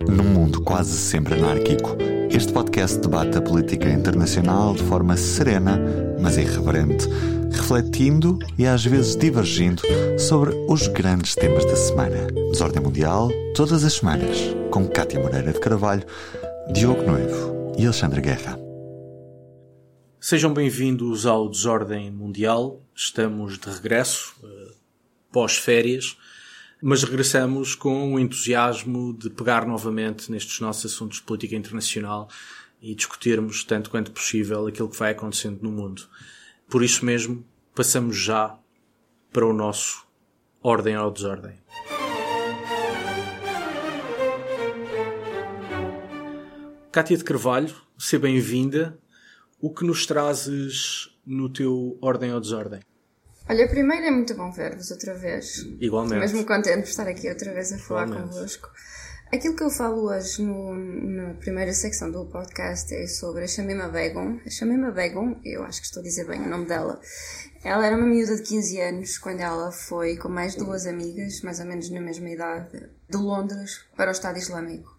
Num mundo quase sempre anárquico, este podcast debate a política internacional de forma serena, mas irreverente, refletindo e às vezes divergindo sobre os grandes temas da semana. Desordem Mundial, todas as semanas, com Cátia Moreira de Carvalho, Diogo Noivo e Alexandre Guerra. Sejam bem-vindos ao Desordem Mundial. Estamos de regresso, pós-férias, mas regressamos com o entusiasmo de pegar novamente nestes nossos assuntos de política internacional e discutirmos, tanto quanto possível, aquilo que vai acontecendo no mundo. Por isso mesmo, passamos já para o nosso Ordem ao Desordem. Cátia de Carvalho, seja bem-vinda. O que nos trazes no teu Ordem ao Desordem? Olha, primeiro é muito bom ver-vos outra vez. Igualmente. Estou mesmo contente de estar aqui outra vez a falar convosco. Aquilo que eu falo hoje na primeira secção do podcast é sobre a Shamima Begum. A Shamima Begum, eu acho que estou a dizer bem o nome dela, ela era uma miúda de 15 anos quando ela foi com mais duas amigas, mais ou menos na mesma idade, de Londres para o Estado Islâmico.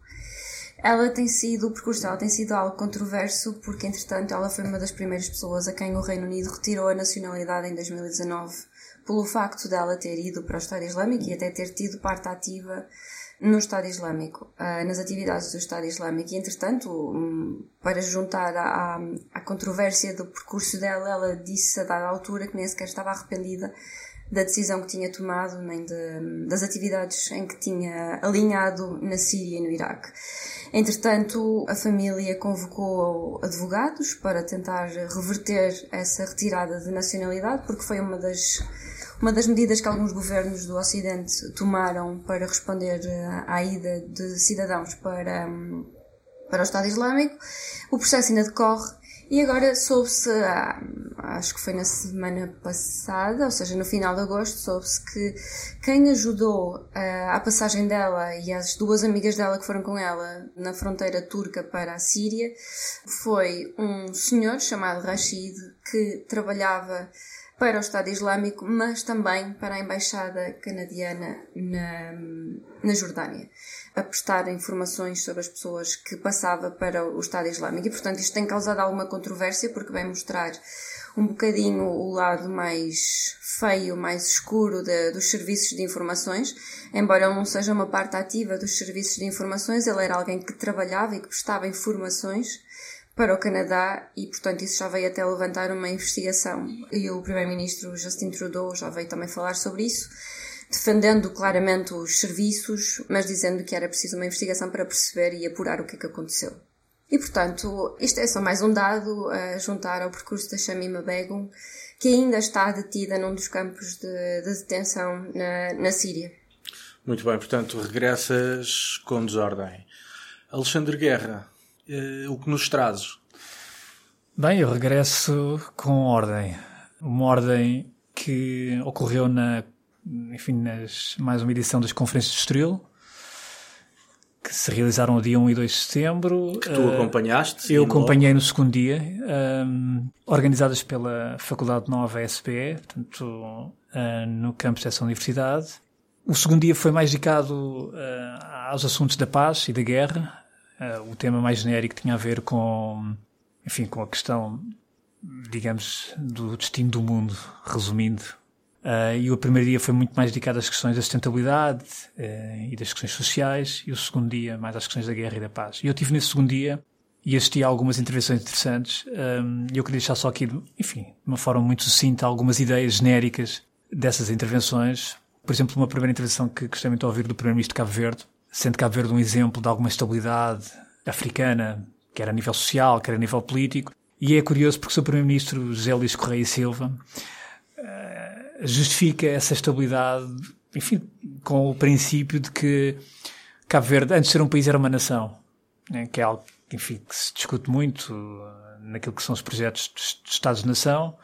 O percurso dela tem sido algo controverso porque, entretanto, ela foi uma das primeiras pessoas a quem o Reino Unido retirou a nacionalidade em 2019 pelo facto dela ter ido para o Estado Islâmico e até ter tido parte ativa no Estado Islâmico, nas atividades do Estado Islâmico. E, entretanto, para juntar à controvérsia do percurso dela, ela disse a dada altura que nem sequer estava arrependida da decisão que tinha tomado, nem das atividades em que tinha alinhado na Síria e no Iraque. Entretanto, a família convocou advogados para tentar reverter essa retirada de nacionalidade, porque foi uma das medidas que alguns governos do Ocidente tomaram para responder à ida de cidadãos para o Estado Islâmico. O processo ainda decorre. E agora soube-se, acho que foi na semana passada, ou seja, no final de agosto, soube-se que quem ajudou à passagem dela e as duas amigas dela que foram com ela na fronteira turca para a Síria foi um senhor chamado Rashid, que trabalhava para o Estado Islâmico, mas também para a Embaixada Canadiana na Jordânia, a prestar informações sobre as pessoas que passava para o Estado Islâmico. E, portanto, isto tem causado alguma controvérsia porque vem mostrar um bocadinho o lado mais feio, mais escuro dos serviços de informações. Embora ele não seja uma parte ativa dos serviços de informações, ele era alguém que trabalhava e que prestava informações para o Canadá e, portanto, isso já veio até levantar uma investigação. E o Primeiro-Ministro Justin Trudeau já veio também falar sobre isso, defendendo claramente os serviços, mas dizendo que era preciso uma investigação para perceber e apurar o que é que aconteceu. E, portanto, isto é só mais um dado a juntar ao percurso da Shamima Begum, que ainda está detida num dos campos de detenção na Síria. Muito bem, portanto, regressas com desordem. Alexandre Guerra, o que nos trazes? Bem, eu regresso com ordem. Uma ordem que ocorreu nas mais uma edição das Conferências de Estoril, que se realizaram no dia 1 e 2 de setembro. Que tu acompanhaste? Eu acompanhei no segundo dia, organizadas pela Faculdade Nova SPE, portanto, no campus dessa universidade. O segundo dia foi mais dedicado aos assuntos da paz e da guerra. O tema mais genérico tinha a ver com a questão, digamos, do destino do mundo, resumindo. E o primeiro dia foi muito mais dedicado às questões da sustentabilidade e das questões sociais, e o segundo dia mais às questões da guerra e da paz. E eu estive nesse segundo dia e assisti a algumas intervenções interessantes. E eu queria deixar só aqui, de uma forma muito sucinta, algumas ideias genéricas dessas intervenções. Por exemplo, uma primeira intervenção que gostei muito de ouvir do Primeiro-Ministro de Cabo Verde, sendo Cabo Verde um exemplo de alguma estabilidade africana, quer a nível social, quer a nível político. E é curioso porque o seu Primeiro-Ministro, José Luís Correia e Silva, justifica essa estabilidade, com o princípio de que Cabo Verde, antes de ser um país, era uma nação, né? Que é algo que se discute muito naquilo que são os projetos de Estados-nação.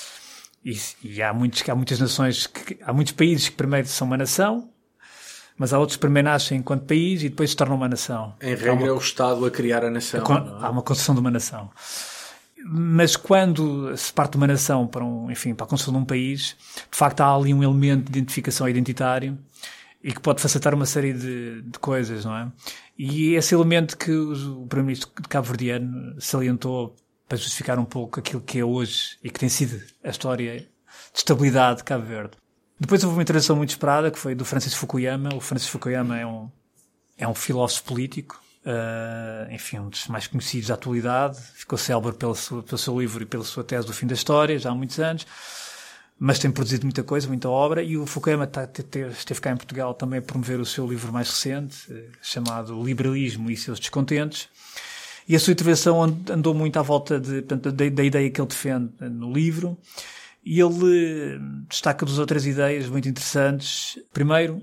E há muitas nações, há muitos países que primeiro são uma nação, mas há outros que primeiro nascem enquanto país e depois se tornam uma nação. Em regra é o Estado a criar a nação. Há uma construção de uma nação. Mas quando se parte de uma nação para a construção de um país, de facto há ali um elemento de identificação identitário e que pode facilitar uma série de coisas, não é? E esse elemento que o Primeiro-Ministro de Cabo-Verdiano salientou para justificar um pouco aquilo que é hoje e que tem sido a história de estabilidade de Cabo Verde. Depois houve uma intervenção muito esperada, que foi do Francis Fukuyama. O Francis Fukuyama é um filósofo político, enfim, um dos mais conhecidos da atualidade. Ficou célebre pelo seu livro e pela sua tese do fim da história, já há muitos anos. Mas tem produzido muita coisa, muita obra, e o Fukuyama esteve cá em Portugal também a promover o seu livro mais recente, chamado Liberalismo e seus Descontentes, e a sua intervenção andou muito à volta da ideia que ele defende no livro, e ele destaca 2 ou 3 ideias muito interessantes. Primeiro,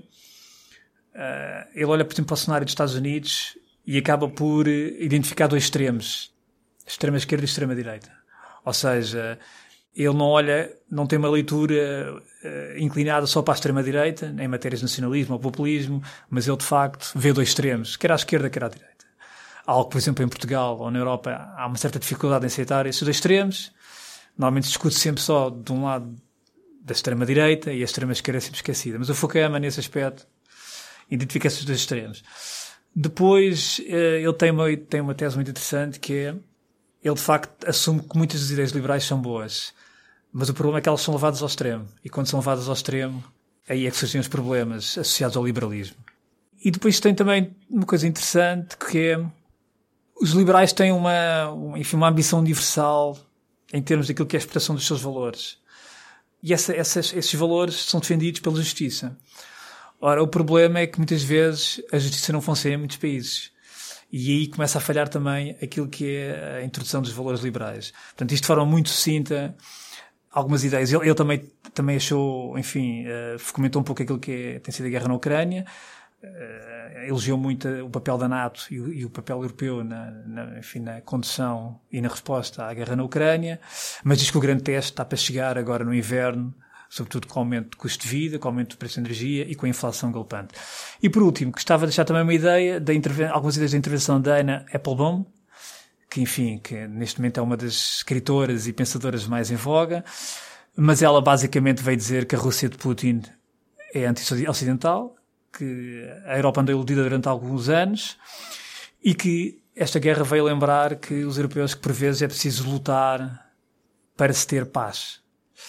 ele olha, por exemplo, para o cenário dos Estados Unidos e acaba por identificar 2 extremos, extrema esquerda e extrema direita. Ou seja, ele não tem uma leitura inclinada só para a extrema-direita, em matérias de nacionalismo ou populismo, mas ele, de facto, vê 2 extremos, quer à esquerda, quer à direita. Algo, por exemplo, em Portugal ou na Europa há uma certa dificuldade em aceitar esses 2 extremos. Normalmente se discute sempre só de um lado da extrema-direita e a extrema-esquerda é sempre esquecida. Mas o Fukuyama, nesse aspecto, identifica esses 2 extremos. Depois, ele tem uma tese muito interessante, que é, ele, de facto, assume que muitas das ideias liberais são boas, mas o problema é que elas são levadas ao extremo. E quando são levadas ao extremo, aí é que surgem os problemas associados ao liberalismo. E depois tem também uma coisa interessante, que é, os liberais têm uma ambição universal em termos daquilo que é a expressão dos seus valores. E esses valores são defendidos pela justiça. Ora, o problema é que muitas vezes a justiça não funciona em muitos países. E aí começa a falhar também aquilo que é a introdução dos valores liberais. Portanto, isto de forma muito sucinta, algumas ideias. Ele também achou, enfim, comentou um pouco aquilo que tem sido a guerra na Ucrânia, elogiou muito o papel da NATO e o papel europeu na condução e na resposta à guerra na Ucrânia, mas diz que o grande teste está para chegar agora no inverno, sobretudo com o aumento do custo de vida, com o aumento do preço de energia e com a inflação galopante. E por último, gostava de deixar também uma ideia, algumas ideias da intervenção da Anna Applebaum, que neste momento é uma das escritoras e pensadoras mais em voga, mas ela basicamente veio dizer que a Rússia de Putin é anti-ocidental, que a Europa andou iludida durante alguns anos e que esta guerra veio lembrar que os europeus, que por vezes é preciso lutar para se ter paz.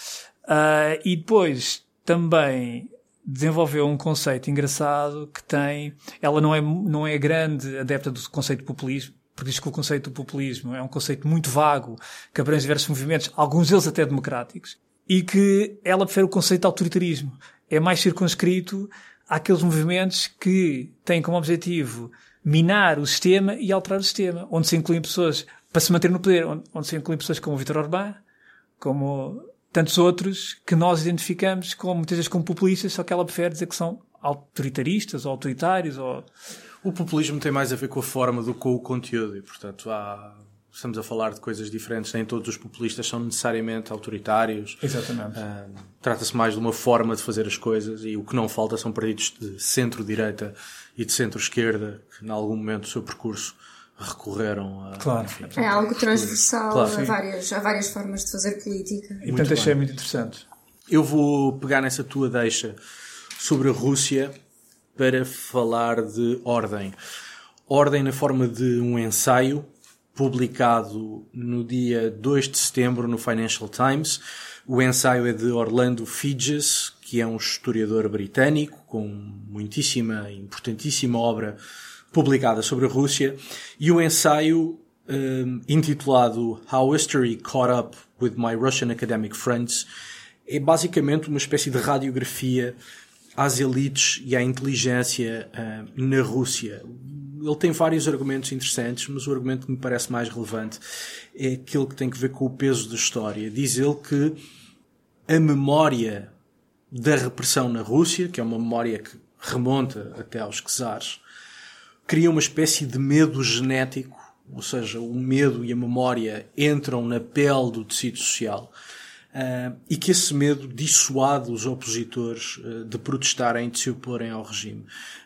E depois também desenvolveu um conceito engraçado que ela não é grande adepta do conceito de populismo, porque diz que o conceito do populismo é um conceito muito vago, que abrange diversos movimentos, alguns deles até democráticos, e que ela prefere o conceito de autoritarismo. É mais circunscrito àqueles movimentos que têm como objetivo minar o sistema e alterar o sistema, onde se incluem pessoas, para se manter no poder, onde se incluem pessoas como o Vítor Orbán, como tantos outros que nós identificamos muitas vezes como populistas, só que ela prefere dizer que são autoritaristas ou autoritários. O populismo tem mais a ver com a forma do que com o conteúdo e, portanto, estamos a falar de coisas diferentes. Nem todos os populistas são necessariamente autoritários. Exatamente. Trata-se mais de uma forma de fazer as coisas e o que não falta são partidos de centro-direita e de centro-esquerda que, em algum momento do seu percurso, recorreram a... Claro. Enfim, é algo transversal, claro, a várias formas de fazer política. E portanto achei muito interessante. Eu vou pegar nessa tua deixa sobre a Rússia para falar de ordem. Ordem na forma de um ensaio publicado no dia 2 de setembro no Financial Times. O ensaio é de Orlando Figes, que é um historiador britânico com muitíssima e importantíssima obra publicada sobre a Rússia, e o ensaio intitulado How History Caught Up with My Russian Academic Friends é basicamente uma espécie de radiografia às elites e à inteligência na Rússia. Ele tem vários argumentos interessantes, mas o argumento que me parece mais relevante é aquele que tem a ver com o peso da história. Diz ele que a memória da repressão na Rússia, que é uma memória que remonta até aos czares, cria uma espécie de medo genético, ou seja, o medo e a memória entram na pele do tecido social, e que esse medo dissuade os opositores de protestarem, de se oporem ao regime.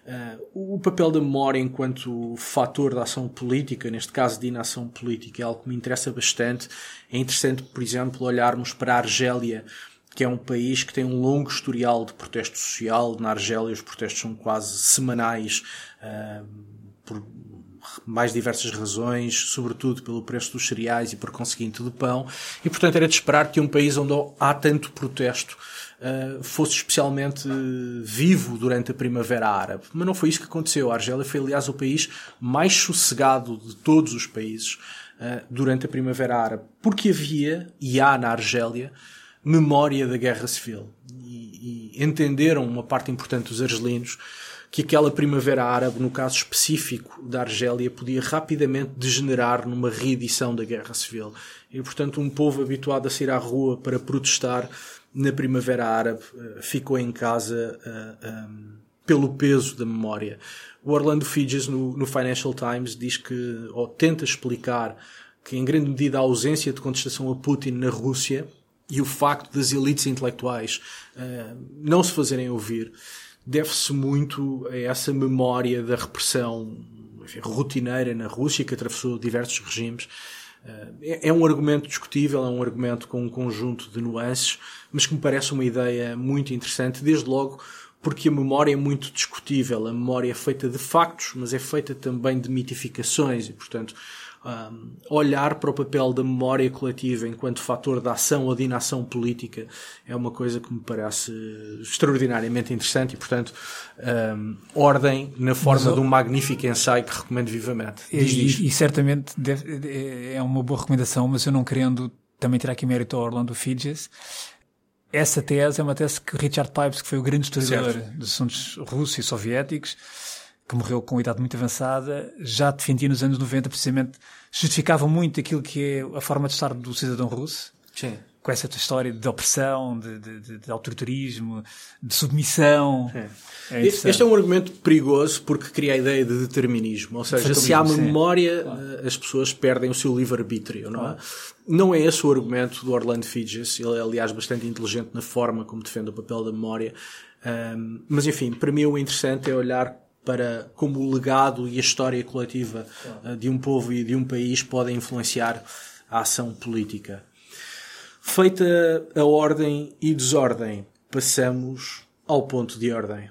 O papel da memória enquanto fator de ação política, neste caso de inação política, é algo que me interessa bastante. É interessante, por exemplo, olharmos para a Argélia, que é um país que tem um longo historial de protesto social. Na Argélia os protestos são quase semanais, por mais diversas razões, sobretudo pelo preço dos cereais e por conseguinte do pão, e portanto era de esperar que um país onde há tanto protesto fosse especialmente vivo durante a Primavera Árabe. Mas não foi isso que aconteceu. A Argélia foi, aliás, o país mais sossegado de todos os países durante a Primavera Árabe, porque havia, e há na Argélia, memória da Guerra Civil. E entenderam, uma parte importante dos argelinos, que aquela Primavera Árabe, no caso específico da Argélia, podia rapidamente degenerar numa reedição da Guerra Civil. E, portanto, um povo habituado a sair à rua para protestar na Primavera Árabe ficou em casa pelo peso da memória. O Orlando Figes, no Financial Times, diz que, ou tenta explicar, que em grande medida a ausência de contestação a Putin na Rússia e o facto das elites intelectuais não se fazerem ouvir deve-se muito a essa memória da repressão, enfim, rotineira na Rússia, que atravessou diversos regimes. É um argumento discutível, é um argumento com um conjunto de nuances, mas que me parece uma ideia muito interessante, desde logo porque a memória é muito discutível. A memória é feita de factos, mas é feita também de mitificações e, portanto, olhar para o papel da memória coletiva enquanto fator de ação ou de inação política é uma coisa que me parece extraordinariamente interessante e, portanto, ordem na forma de um magnífico ensaio que recomendo vivamente. E certamente é uma boa recomendação, mas eu não querendo também tirar aqui mérito ao Orlando Figes, essa tese é uma tese que Richard Pipes, que foi o grande historiador dos assuntos russos e soviéticos, que morreu com uma idade muito avançada, já defendia nos anos 90, precisamente, justificava muito aquilo que é a forma de estar do cidadão russo. Sim. Com essa história de opressão, de autoritarismo, de submissão. Este é um argumento perigoso porque cria a ideia de determinismo. Ou seja, se há memória, as pessoas perdem o seu livre-arbítrio, não é? Não é esse o argumento do Orlando Figes. Ele é, aliás, bastante inteligente na forma como defende o papel da memória. Mas, enfim, para mim o interessante é olhar para como o legado e a história coletiva de um povo e de um país podem influenciar a ação política. Feita a ordem e desordem, passamos ao ponto de ordem.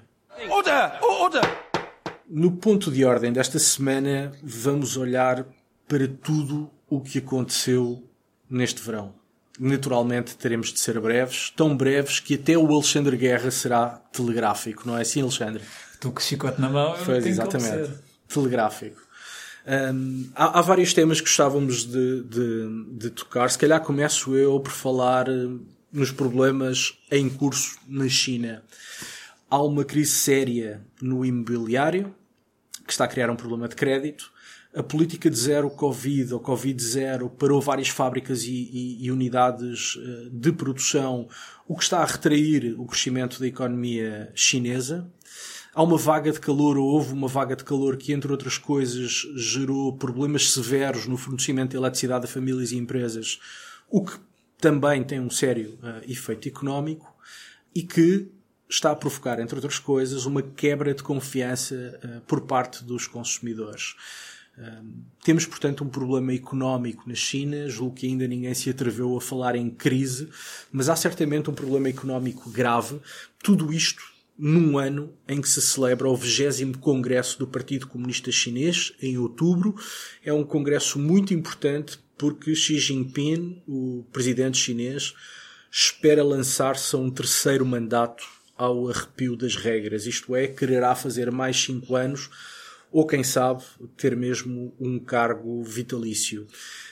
No ponto de ordem desta semana, vamos olhar para tudo o que aconteceu neste verão. Naturalmente teremos de ser breves, tão breves que até o Alexandre Guerra será telegráfico, não é assim, Alexandre? Tu com o chicote na mão, eu tenho exatamente. Telegráfico. Há vários temas que gostávamos de tocar. Se calhar começo eu por falar nos problemas em curso na China. Há uma crise séria no imobiliário, que está a criar um problema de crédito. A política de zero Covid, ou Covid-0, parou várias fábricas e unidades de produção, o que está a retrair o crescimento da economia chinesa. Há uma vaga de calor, ou houve uma vaga de calor que, entre outras coisas, gerou problemas severos no fornecimento de eletricidade a famílias e empresas, o que também tem um sério efeito económico e que está a provocar, entre outras coisas, uma quebra de confiança por parte dos consumidores. Temos, portanto, um problema económico na China, julgo que ainda ninguém se atreveu a falar em crise, mas há certamente um problema económico grave. Tudo isto num ano em que se celebra o 20º Congresso do Partido Comunista Chinês, em outubro. É um congresso muito importante porque Xi Jinping, o presidente chinês, espera lançar-se a um terceiro mandato ao arrepio das regras. Isto é, quererá fazer mais 5 anos ou, quem sabe, ter mesmo um cargo vitalício.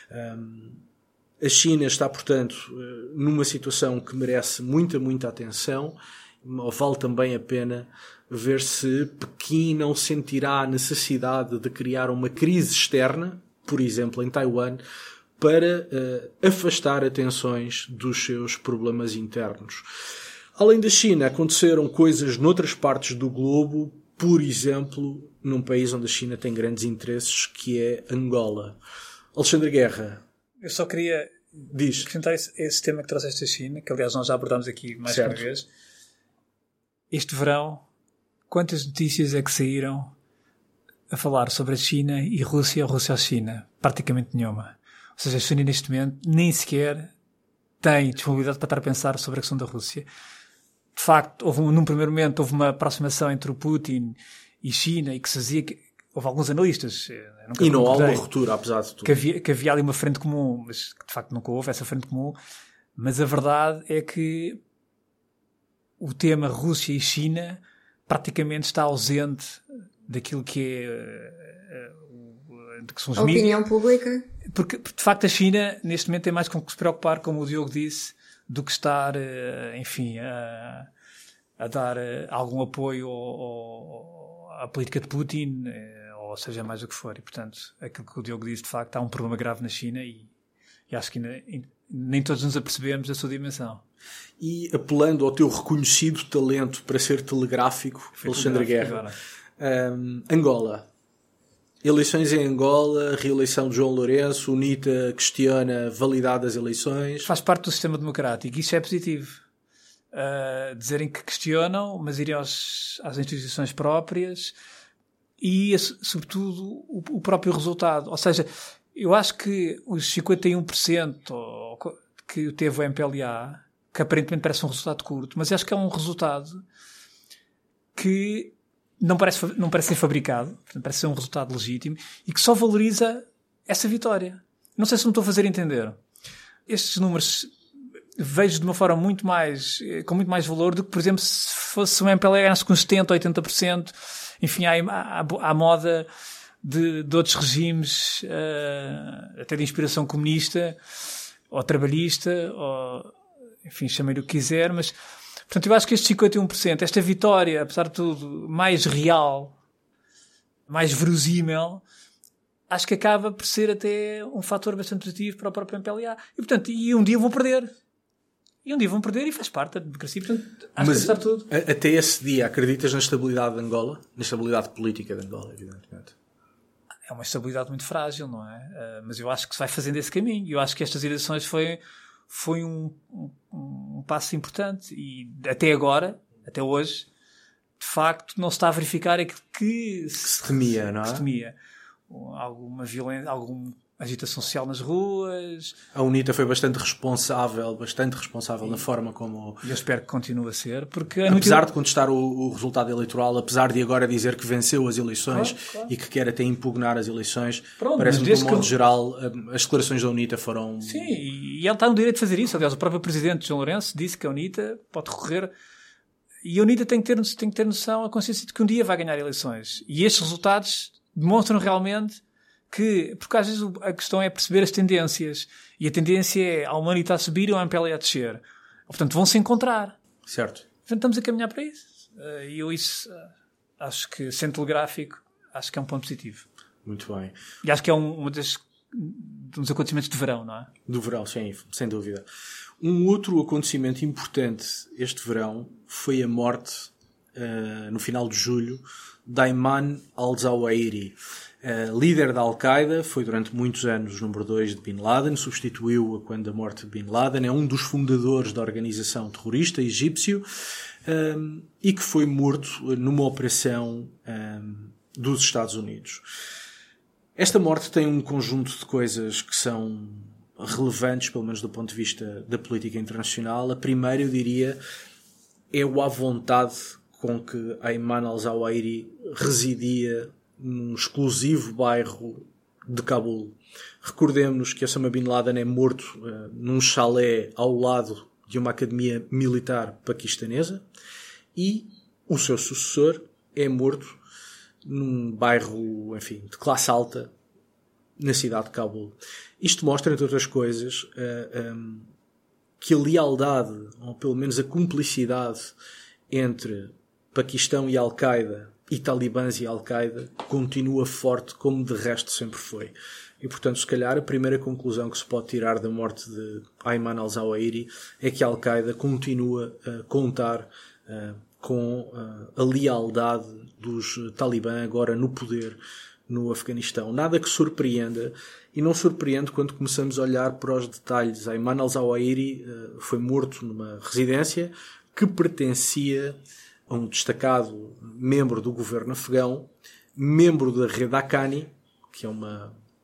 A China está, portanto, numa situação que merece muita atenção. Vale também a pena ver se Pequim não sentirá a necessidade de criar uma crise externa, por exemplo, em Taiwan, para afastar atenções dos seus problemas internos. Além da China, aconteceram coisas noutras partes do globo, por exemplo, num país onde a China tem grandes interesses, que é Angola. Alexandre Guerra. Eu só queria acrescentar esse tema que trouxeste da China, que aliás nós já abordámos aqui mais uma vez. Este verão, quantas notícias é que saíram a falar sobre a China e Rússia, a Rússia à China? Praticamente nenhuma. Ou seja, a China neste momento nem sequer tem disponibilidade para estar a pensar sobre a questão da Rússia. De facto, num primeiro momento, houve uma aproximação entre o Putin e China, e que se dizia que houve alguns analistas. E não há uma ruptura, apesar de tudo. Que havia ali uma frente comum, mas que de facto nunca houve essa frente comum. Mas a verdade é que o tema Rússia e China praticamente está ausente daquilo que são os a opinião pública. Porque, de facto, a China, neste momento, tem mais com que se preocupar, como o Diogo disse, do que estar, enfim, a dar algum apoio à política de Putin, ou seja, mais o que for. E, portanto, aquilo que o Diogo disse, de facto, há um problema grave na China e acho que nem todos nos apercebemos da sua dimensão. E apelando ao teu reconhecido talento para ser telegráfico, Alexandre Guerra, Angola. Eleições em Angola, reeleição de João Lourenço, UNITA questiona a validade das eleições. Faz parte do sistema democrático e isso é positivo. Dizerem que questionam, mas irem às instituições próprias e, sobretudo, o próprio resultado. Ou seja, eu acho que os 51% que teve o MPLA, que aparentemente parece um resultado curto, mas acho que é um resultado que não parece ser fabricado, portanto, parece ser um resultado legítimo e que só valoriza essa vitória. Não sei se me estou a fazer entender. Estes números vejo de uma forma com muito mais valor do que, por exemplo, se fosse um MPLA ganhasse com 70% ou 80%, enfim, há moda de outros regimes, até de inspiração comunista, ou trabalhista, ou, enfim, chamei-lhe o que quiser, mas portanto, eu acho que este 51%, esta vitória, apesar de tudo, mais real, mais verosímil, acho que acaba por ser até um fator bastante positivo para o próprio MPLA. E, portanto, um dia vão perder. E faz parte da democracia. Portanto, acho que apesar de tudo. Até esse dia, acreditas na estabilidade de Angola? Na estabilidade política de Angola, evidentemente. É uma estabilidade muito frágil, não é? Mas eu acho que se vai fazendo esse caminho. Eu acho que estas eleições foi um passo importante e até agora, até hoje, de facto, não se está a verificar aquilo que se temia, não é? Se temia. Alguma violência, alguma agitação social nas ruas. A UNITA foi bastante responsável na forma como... E eu espero que continue a ser, porque... Apesar de contestar o resultado eleitoral, apesar de agora dizer que venceu as eleições e que quer até impugnar as eleições, parece-me que, de um modo geral, as declarações da UNITA foram... Sim, e ele está no direito de fazer isso. Aliás, o próprio presidente João Lourenço disse que a UNITA pode recorrer... E a UNITA tem que ter noção, a consciência de que um dia vai ganhar eleições. E estes resultados demonstram realmente que, porque às vezes a questão é perceber as tendências, e a tendência é a UNITA a subir e o MPLA a descer. Portanto, vão se encontrar. Certo. Portanto, estamos a caminhar para isso. E eu acho que, sendo telegráfico, acho que é um ponto positivo. Muito bem. E acho que é um dos acontecimentos de verão, não é? Do verão, sim, sem dúvida. Um outro acontecimento importante este verão foi a morte, no final de julho, de Ayman al-Zawahiri. Líder da Al-Qaeda, foi durante muitos anos número 2 de Bin Laden, substituiu-a quando a morte de Bin Laden, é um dos fundadores da organização terrorista egípcio, e que foi morto numa operação dos Estados Unidos. Esta morte tem um conjunto de coisas que são relevantes, pelo menos do ponto de vista da política internacional. A primeira, eu diria, é a vontade com que Ayman al-Zawahiri residia num exclusivo bairro de Cabul. Recordemos que Osama Bin Laden é morto num chalé ao lado de uma academia militar paquistanesa e o seu sucessor é morto num bairro, enfim, de classe alta na cidade de Cabul. Isto mostra, entre outras coisas, que a lealdade, ou pelo menos a cumplicidade entre Paquistão e Al-Qaeda e talibãs e Al-Qaeda continua forte, como de resto sempre foi. E, portanto, se calhar a primeira conclusão que se pode tirar da morte de Ayman al-Zawahiri é que a Al-Qaeda continua a contar com a lealdade dos talibãs agora no poder no Afeganistão. Nada que surpreenda, e não surpreende quando começamos a olhar para os detalhes. Ayman al-Zawahiri foi morto numa residência que pertencia a um destacado membro do governo afegão, membro da rede Haqqani, que é uma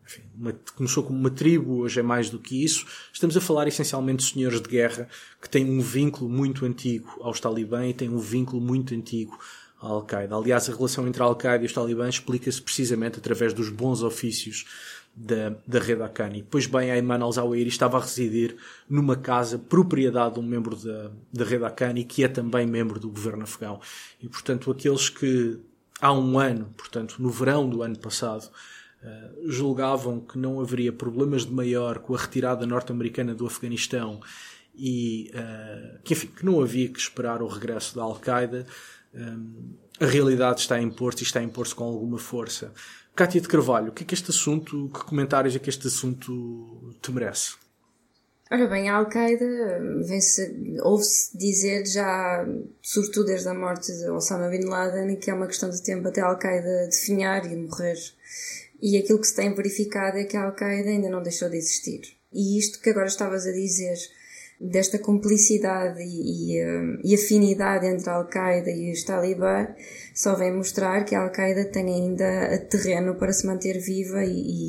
começou como uma tribo, hoje é mais do que isso. Estamos a falar essencialmente de senhores de guerra que têm um vínculo muito antigo aos talibã e têm um vínculo muito antigo à Al-Qaeda. Aliás, a relação entre a Al-Qaeda e os talibã explica-se precisamente através dos bons ofícios da rede Haqqani. Pois bem, Ayman al-Zawahiri estava a residir numa casa propriedade de um membro da rede Haqqani, que é também membro do governo afegão. E, portanto, aqueles que há um ano, portanto, no verão do ano passado, julgavam que não haveria problemas de maior com a retirada norte-americana do Afeganistão e que não havia que esperar o regresso da Al-Qaeda, a realidade está a impor-se e está a impor-se com alguma força. Cátia de Carvalho, que comentários é que este assunto te merece? Ora bem, a Al-Qaeda ouve-se dizer já, sobretudo desde a morte de Osama Bin Laden, que é uma questão de tempo até a Al-Qaeda definhar e morrer. E aquilo que se tem verificado é que a Al-Qaeda ainda não deixou de existir. E isto que agora estavas a dizer, desta cumplicidade e afinidade entre a Al-Qaeda e os talibã, só vem mostrar que a Al-Qaeda tem ainda terreno para se manter viva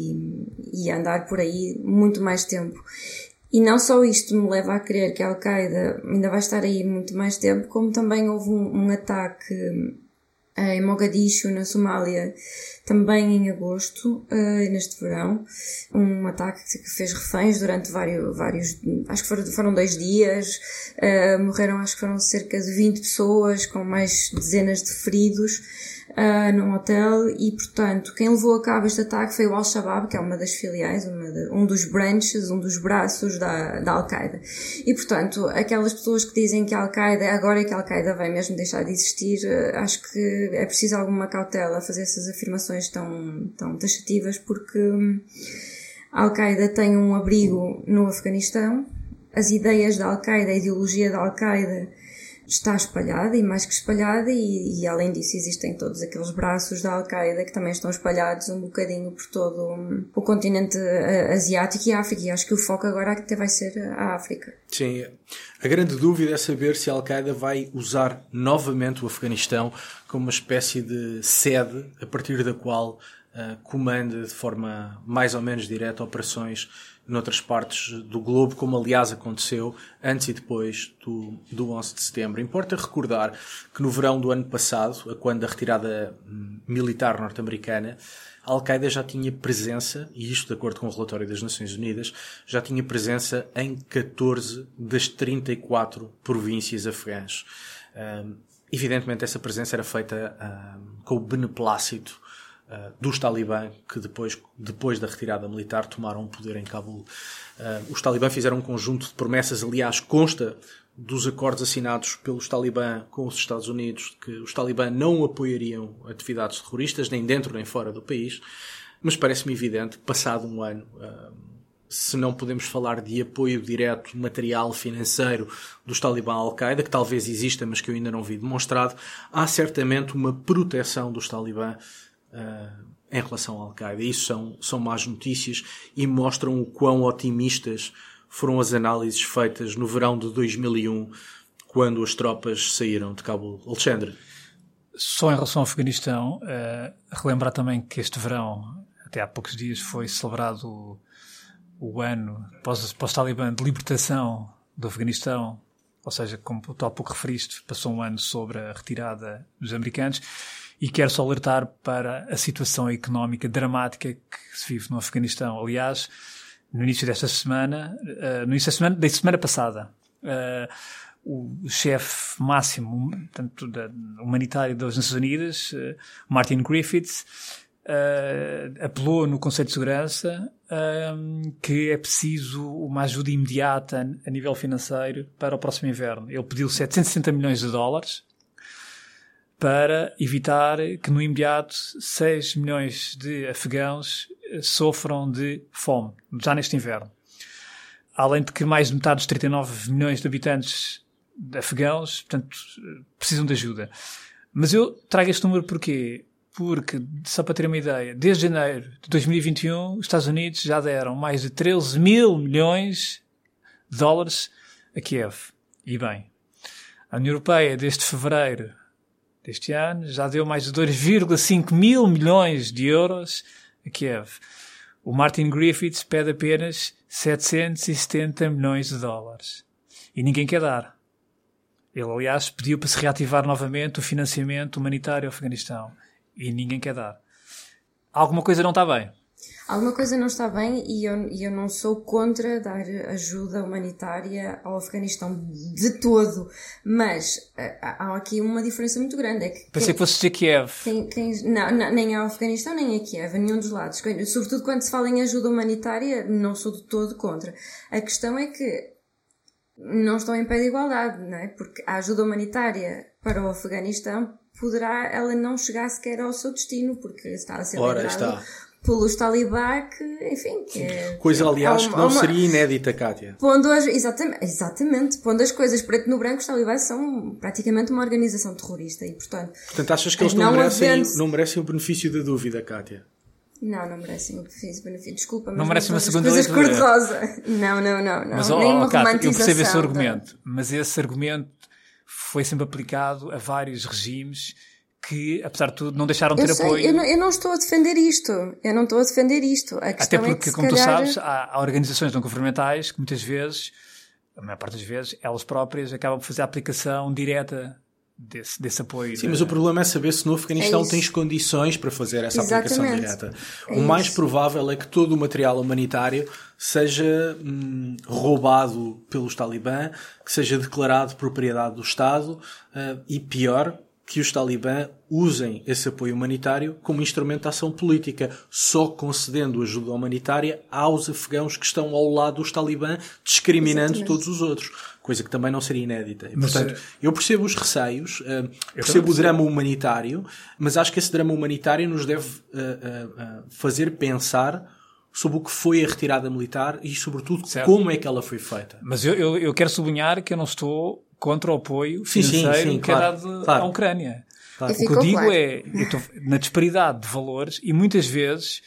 e andar por aí muito mais tempo. E não só isto me leva a crer que a Al-Qaeda ainda vai estar aí muito mais tempo, como também houve um ataque em Mogadishu, na Somália, também em agosto, neste verão, um ataque que fez reféns durante vários acho que foram 2 dias, morreram, acho que foram cerca de 20 pessoas, com mais dezenas de feridos, num hotel, e portanto, quem levou a cabo este ataque foi o Al-Shabaab, que é uma das filiais, um dos branches, um dos braços da Al-Qaeda. E portanto, aquelas pessoas que dizem que a Al-Qaeda, agora é que a Al-Qaeda vai mesmo deixar de existir, acho que é preciso alguma cautela a fazer essas afirmações tão taxativas, porque a Al-Qaeda tem um abrigo no Afeganistão, as ideias da Al-Qaeda, a ideologia da Al-Qaeda está espalhada, e mais que espalhada, e além disso existem todos aqueles braços da Al-Qaeda que também estão espalhados um bocadinho por todo o continente asiático e a África, e acho que o foco agora até vai ser a África. Sim, a grande dúvida é saber se a Al-Qaeda vai usar novamente o Afeganistão como uma espécie de sede a partir da qual comanda de forma mais ou menos direta operações noutras partes do globo, como aliás aconteceu antes e depois do 11 de setembro. Importa recordar que no verão do ano passado, quando a retirada militar norte-americana, a Al-Qaeda já tinha presença, e isto de acordo com o relatório das Nações Unidas, já tinha presença em 14 das 34 províncias afegãs. Evidentemente essa presença era feita com o beneplácito dos talibã, que depois da retirada militar tomaram o poder em Cabul. Os talibã fizeram um conjunto de promessas, aliás, consta dos acordos assinados pelos talibã com os Estados Unidos, que os talibã não apoiariam atividades terroristas, nem dentro nem fora do país, mas parece-me evidente, passado um ano, se não podemos falar de apoio direto, material, financeiro dos talibã à Al-Qaeda, que talvez exista, mas que eu ainda não vi demonstrado, há certamente uma proteção dos talibã em relação à Al-Qaeda. Isso são más notícias e mostram o quão otimistas foram as análises feitas no verão de 2001, quando as tropas saíram de Cabul. Alexandre? Só em relação ao Afeganistão, relembrar também que este verão, até há poucos dias, foi celebrado o ano pós-Talibã de libertação do Afeganistão, ou seja, como tu há pouco referiste, passou um ano sobre a retirada dos americanos. E quero só alertar para a situação económica dramática que se vive no Afeganistão. Aliás, no início da semana passada, o chefe máximo, tanto humanitário das Nações Unidas, Martin Griffiths, apelou no Conselho de Segurança que é preciso uma ajuda imediata a nível financeiro para o próximo inverno. Ele pediu 760 milhões de dólares para evitar que no imediato 6 milhões de afegãos sofram de fome, já neste inverno. Além de que mais de metade dos 39 milhões de habitantes afegãos, portanto, precisam de ajuda. Mas eu trago este número porquê? Porque, só para ter uma ideia, desde janeiro de 2021, os Estados Unidos já deram mais de 13 mil milhões de dólares a Kiev. E bem, a União Europeia, desde fevereiro deste ano, já deu mais de 2,5 mil milhões de euros a Kiev. O Martin Griffiths pede apenas 770 milhões de dólares. E ninguém quer dar. Ele, aliás, pediu para se reativar novamente o financiamento humanitário ao Afeganistão. E ninguém quer dar. Alguma coisa não está bem. Alguma coisa não está bem e eu não sou contra dar ajuda humanitária ao Afeganistão de todo, mas há aqui uma diferença muito grande. É que pensei que fosse dizer Kiev. Não, nem ao Afeganistão nem a Kiev, a nenhum dos lados. Sobretudo quando se fala em ajuda humanitária, não sou de todo contra. A questão é que não estão em pé de igualdade, não é? Porque a ajuda humanitária para o Afeganistão poderá ela não chegar sequer ao seu destino, porque está a ser liderado pelos talibã, que, enfim... Coisa, aliás, que não seria inédita, Kátia. Exatamente. Pondo as coisas preto no branco, os talibãs são praticamente uma organização terrorista e, portanto achas que eles não merecem o benefício da dúvida, Kátia? Não merecem o benefício. Desculpa, mas não merecem uma segunda coisas cor-de-rosa. Não. Mas, nem uma romantização. Eu percebo esse argumento, mas esse argumento foi sempre aplicado a vários regimes que, apesar de tudo, não deixaram de ter apoio. Eu não estou a defender isto. A questão até porque, é que, como tu sabes, há organizações não governamentais que muitas vezes, a maior parte das vezes, elas próprias acabam por fazer a aplicação direta desse apoio. Sim, mas o problema é saber se no Afeganistão tens condições para fazer essa aplicação direta. O mais provável é que todo o material humanitário seja roubado pelos talibã, que seja declarado propriedade do Estado e, pior, que os talibã usem esse apoio humanitário como instrumento de ação política, só concedendo ajuda humanitária aos afegãos que estão ao lado dos talibã, discriminando todos os outros. Coisa que também não seria inédita. E, portanto, eu percebo os receios, percebo o drama humanitário, mas acho que esse drama humanitário nos deve fazer pensar sobre o que foi a retirada militar e, sobretudo, como é que ela foi feita. Mas eu quero sublinhar que eu não estou contra o apoio financeiro que é dado à Ucrânia. Claro. O que eu digo é, eu estou na disparidade de valores e muitas vezes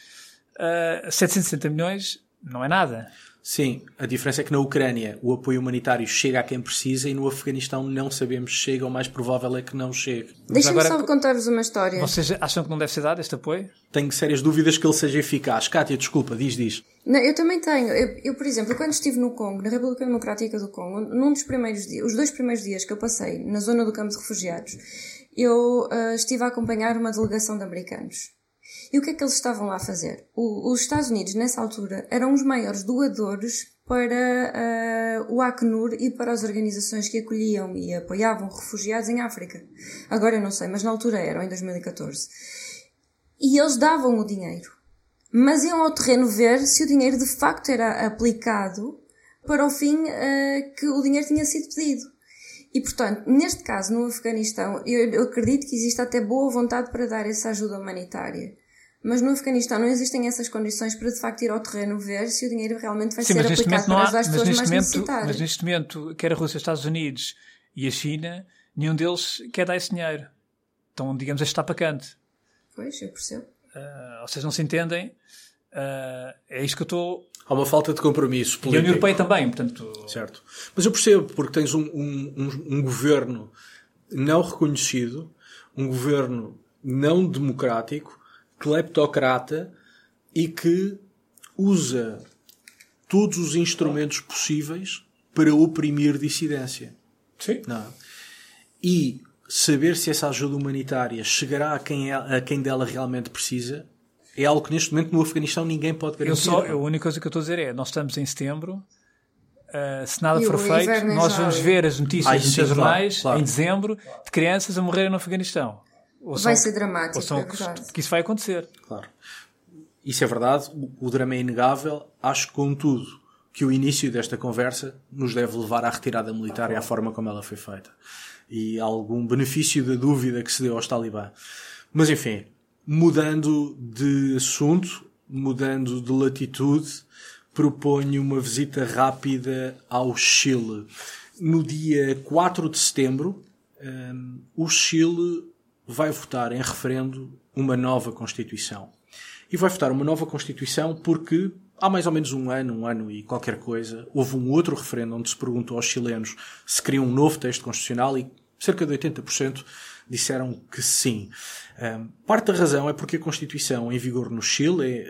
760 milhões não é nada. Sim, a diferença é que na Ucrânia o apoio humanitário chega a quem precisa e no Afeganistão não sabemos se chega, ou mais provável é que não chegue. Deixa-me só contar-vos uma história. Vocês acham que não deve ser dado este apoio? Tenho sérias dúvidas que ele seja eficaz. Kátia, desculpa, diz. Não, eu também tenho. Eu, por exemplo, quando estive no Congo, na República Democrática do Congo, num dos primeiros dias, os 2 primeiros dias que eu passei na zona do campo de refugiados, eu estive a acompanhar uma delegação de americanos. E o que é que eles estavam lá a fazer? Os Estados Unidos, nessa altura, eram os maiores doadores para o Acnur e para as organizações que acolhiam e apoiavam refugiados em África. Agora eu não sei, mas na altura eram, em 2014. E eles davam o dinheiro. Mas iam ao terreno ver se o dinheiro de facto era aplicado para o fim que o dinheiro tinha sido pedido. E, portanto, neste caso, no Afeganistão, eu acredito que existe até boa vontade para dar essa ajuda humanitária. Mas no Afeganistão não existem essas condições para de facto ir ao terreno ver se o dinheiro realmente vai ser aplicado para ajudar as pessoas mais necessitadas. Mas neste momento, quer a Rússia, os Estados Unidos e a China, nenhum deles quer dar esse dinheiro. Então, digamos, este está pacante. Pois, eu percebo. Vocês não se entendem. É isto que eu estou... Há uma falta de compromisso político. E a União Europeia também, portanto... Certo. Mas eu percebo, porque tens um governo não reconhecido, um governo não democrático, cleptocrata e que usa todos os instrumentos possíveis para oprimir dissidência. Sim. Não. E saber se essa ajuda humanitária chegará a quem dela realmente precisa é algo que neste momento no Afeganistão ninguém pode garantir. A única coisa que eu estou a dizer é, nós estamos em setembro, se nada for feito, nós vamos ver as notícias nos jornais em dezembro de crianças a morrerem no Afeganistão. Vai ser dramático, é verdade. Que isso vai acontecer. Claro. Isso é verdade, o drama é inegável. Acho, contudo, que o início desta conversa nos deve levar à retirada militar e à forma como ela foi feita. E algum benefício da dúvida que se deu aos talibã. Mas, enfim, mudando de assunto, mudando de latitude, proponho uma visita rápida ao Chile. No dia 4 de setembro, o Chile vai votar em referendo uma nova Constituição. E vai votar uma nova Constituição porque há mais ou menos um ano e qualquer coisa, houve um outro referendo onde se perguntou aos chilenos se queriam um novo texto constitucional e cerca de 80% disseram que sim. Parte da razão é porque a Constituição em vigor no Chile é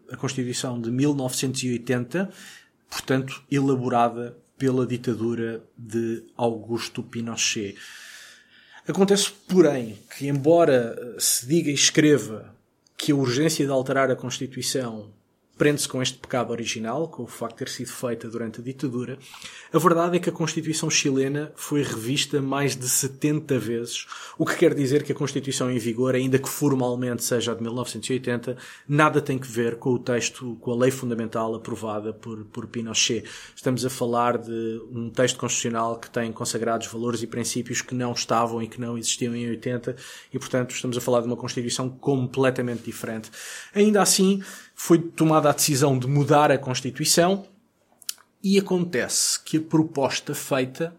a Constituição de 1980, portanto, elaborada pela ditadura de Augusto Pinochet. Acontece, porém, que embora se diga e escreva que a urgência de alterar a Constituição prende-se com este pecado original, com o facto de ter sido feita durante a ditadura, a verdade é que a Constituição chilena foi revista mais de 70 vezes, o que quer dizer que a Constituição em vigor, ainda que formalmente seja a de 1980, nada tem que ver com o texto, com a lei fundamental aprovada por Pinochet. Estamos a falar de um texto constitucional que tem consagrados valores e princípios que não estavam e que não existiam em 80 e, portanto, estamos a falar de uma Constituição completamente diferente. Ainda assim, foi tomada a decisão de mudar a Constituição e acontece que a proposta feita,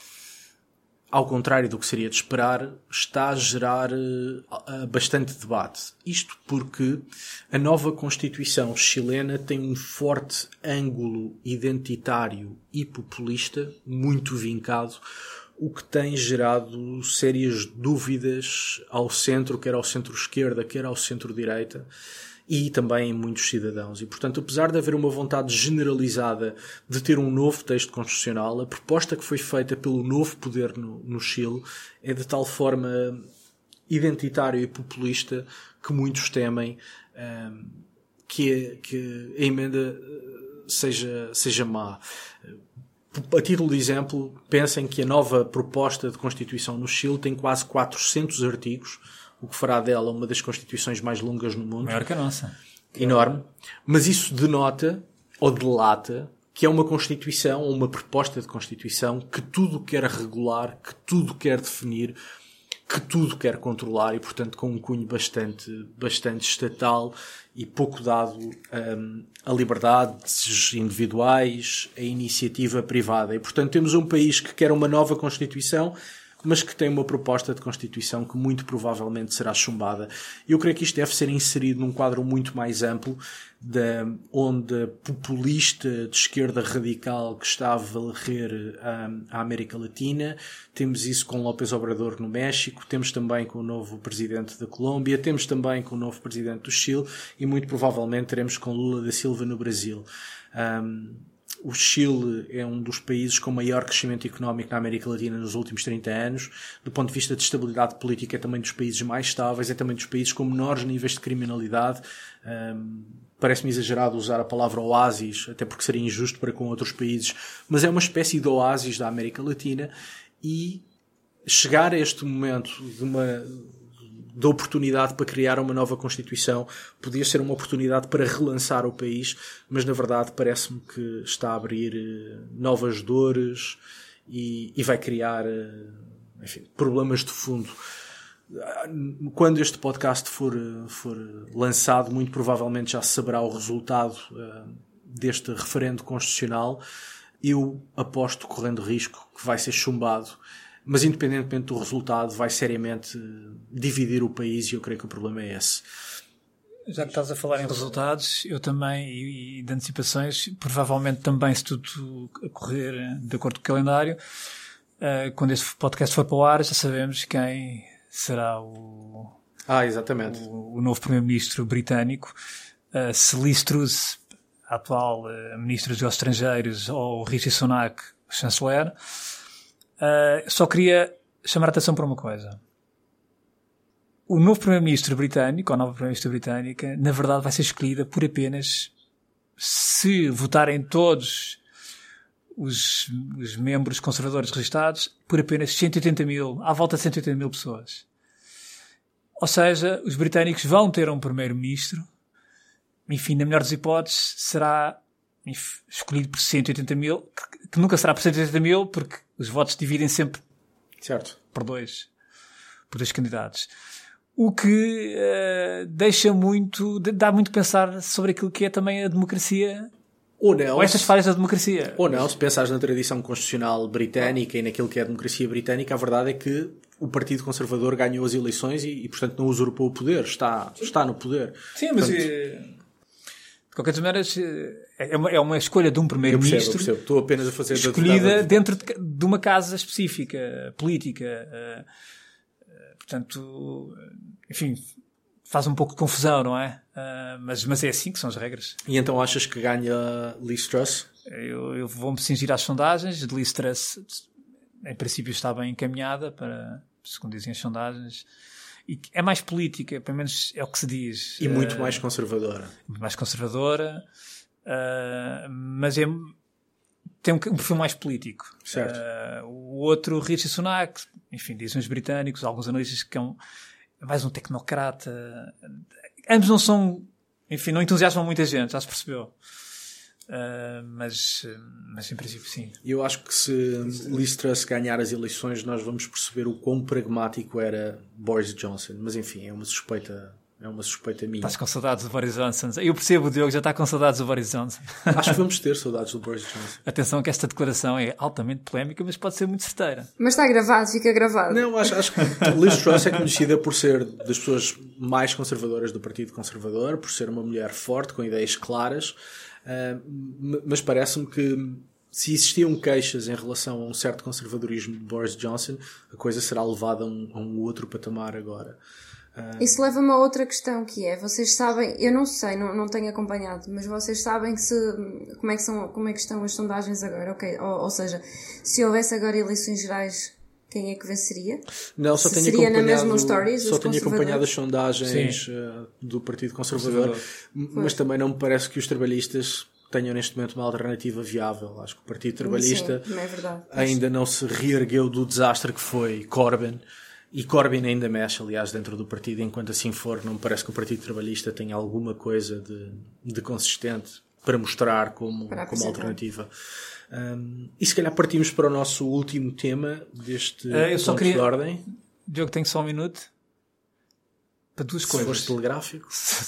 ao contrário do que seria de esperar, está a gerar bastante debate. Isto porque a nova Constituição chilena tem um forte ângulo identitário e populista, muito vincado, o que tem gerado sérias dúvidas ao centro, quer ao centro-esquerda, quer ao centro-direita, e também em muitos cidadãos. E, portanto, apesar de haver uma vontade generalizada de ter um novo texto constitucional, a proposta que foi feita pelo novo poder no Chile é de tal forma identitário e populista que muitos temem que a emenda seja má. A título de exemplo, pensem que a nova proposta de Constituição no Chile tem quase 400 artigos, o que fará dela uma das constituições mais longas no mundo. Maior que a nossa. Enorme. Mas isso denota, ou delata, que é uma Constituição, ou uma proposta de Constituição, que tudo quer regular, que tudo quer definir, que tudo quer controlar e, portanto, com um cunho bastante estatal e pouco dado a liberdades individuais, a iniciativa privada. E, portanto, temos um país que quer uma nova Constituição, mas que tem uma proposta de Constituição que muito provavelmente será chumbada. Eu creio que isto deve ser inserido num quadro muito mais amplo da onda populista de esquerda radical que está a varrer a América Latina. Temos isso com López Obrador no México, temos também com o novo presidente da Colômbia, temos também com o novo presidente do Chile e muito provavelmente teremos com Lula da Silva no Brasil. O Chile é um dos países com maior crescimento económico na América Latina nos últimos 30 anos. Do ponto de vista de estabilidade política, é também dos países mais estáveis, é também dos países com menores níveis de criminalidade. Parece-me exagerado usar a palavra oásis, até porque seria injusto para com outros países, mas é uma espécie de oásis da América Latina e chegar a este momento de oportunidade para criar uma nova Constituição podia ser uma oportunidade para relançar o país, mas na verdade parece-me que está a abrir novas dores e vai criar problemas de fundo. Quando este podcast for lançado, muito provavelmente já se saberá o resultado deste referendo constitucional. Eu aposto, correndo risco, que vai ser chumbado. Mas, independentemente do resultado, vai seriamente dividir o país e eu creio que o problema é esse. Já que estás a falar em resultados, eu também, e de antecipações, provavelmente também, se tudo correr de acordo com o calendário, quando este podcast for para o ar, já sabemos quem será exatamente. o novo primeiro-ministro britânico. Se Liz Truss, a atual ministra dos Negócios Estrangeiros, ou Rishi Sunak, chanceler. Só queria chamar a atenção para uma coisa. O novo primeiro-ministro britânico, ou a nova primeira-ministra britânica, na verdade vai ser escolhida por apenas, se votarem todos os membros conservadores registados, por apenas 180 mil, à volta de 180 mil pessoas. Ou seja, os britânicos vão ter um primeiro-ministro, enfim, na melhor das hipóteses, será escolhido por 180 mil, que nunca será por 180 mil, porque os votos dividem sempre por dois candidatos. O que dá muito a pensar sobre aquilo que é também a democracia, ou estas falhas da democracia. Ou não, se pensares na tradição constitucional britânica e naquilo que é a democracia britânica, a verdade é que o Partido Conservador ganhou as eleições e portanto, não usurpou o poder, está no poder. Sim, mas... De qualquer maneira, é uma escolha de um primeiro-ministro. Eu percebo. Estou apenas a fazer escolhida dentro de uma casa específica, política. Portanto, enfim, faz um pouco de confusão, não é? Mas é assim que são as regras. E então achas que ganha Liz Truss? Eu vou-me cingir às sondagens. De Liz Truss, em princípio, está bem encaminhada, segundo dizem as sondagens. E é mais política, pelo menos é o que se diz. E muito mais conservadora. Mais conservadora, mas tem um perfil mais político. Certo. O outro, Rishi Sunak, enfim, dizem os britânicos, alguns analistas que é mais um tecnocrata. Ambos não são, enfim, não entusiasmam muita gente, já se percebeu. Mas em princípio sim. Eu acho que se Liz Truss ganhar as eleições, nós vamos perceber o quão pragmático era Boris Johnson. Mas enfim, é uma suspeita minha. Estás com saudades do Boris Johnson. Eu percebo, o Diogo já está com saudades do Boris Johnson. Acho que vamos ter saudades do Boris Johnson. Atenção que esta declaração é altamente polémica, mas pode ser muito certeira. Mas está gravado, fica gravado. Não, acho que Liz Truss é conhecida por ser das pessoas mais conservadoras do Partido Conservador, por ser uma mulher forte, com ideias claras. Mas parece-me que se existiam queixas em relação a um certo conservadorismo de Boris Johnson, a coisa será levada a um outro patamar agora. Isso leva-me a outra questão, que é, vocês sabem, eu não sei, não tenho acompanhado, mas vocês sabem como é que estão as sondagens agora, ok? Ou seja, se houvesse agora eleições gerais, quem é que venceria? Não, só tenho acompanhado as sondagens do Partido Conservador, mas também não me parece que os trabalhistas tenham neste momento uma alternativa viável. Acho que o Partido Trabalhista ainda não se reergueu do desastre que foi Corbyn, e Corbyn ainda mexe, aliás, dentro do partido. Enquanto assim for, não me parece que o Partido Trabalhista tenha alguma coisa de consistente para mostrar como alternativa. E se calhar partimos para o nosso último tema deste ponto de ordem. Diogo, tenho só um minuto para duas coisas. Se foste telegráfico.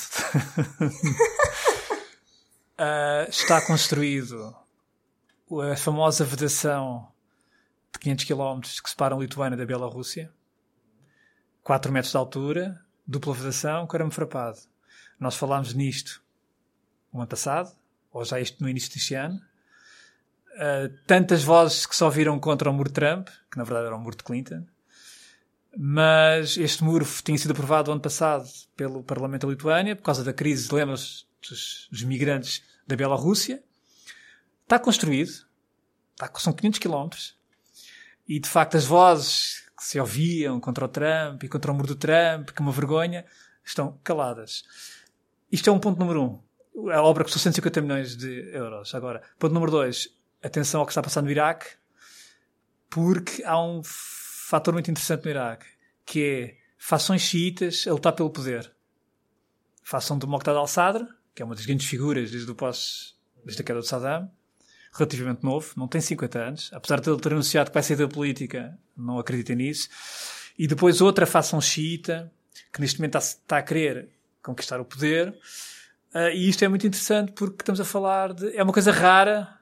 Está construído a famosa vedação de 500 km que separam a Lituânia da Bielorrússia. 4 metros de altura, dupla vedação, com arame farpado. Nós falámos nisto no ano passado, ou já isto no início deste ano. Tantas vozes que só viram contra o muro de Trump, que na verdade era o muro de Clinton, mas este muro tinha sido aprovado ano passado pelo Parlamento da Lituânia, por causa da crise, lembram-se, dos migrantes da Bielorrússia. Está construído, são 500 km, e de facto as vozes que se ouviam contra o Trump e contra o muro do Trump, que uma vergonha, estão caladas. Isto é um ponto número 1. A obra custou 150 milhões de euros. Agora, ponto número 2, atenção ao que está a passar no Iraque, porque há um fator muito interessante no Iraque, que é fações xiitas a lutar pelo poder. Fação do Moqtada al-Sadr, que é uma das grandes figuras desde a queda de Saddam, relativamente novo, não tem 50 anos, apesar de ele ter anunciado que vai sair da política, não acredita nisso. E depois outra fação xiita, que neste momento está a querer conquistar o poder. E isto é muito interessante porque estamos a falar de... É uma coisa rara,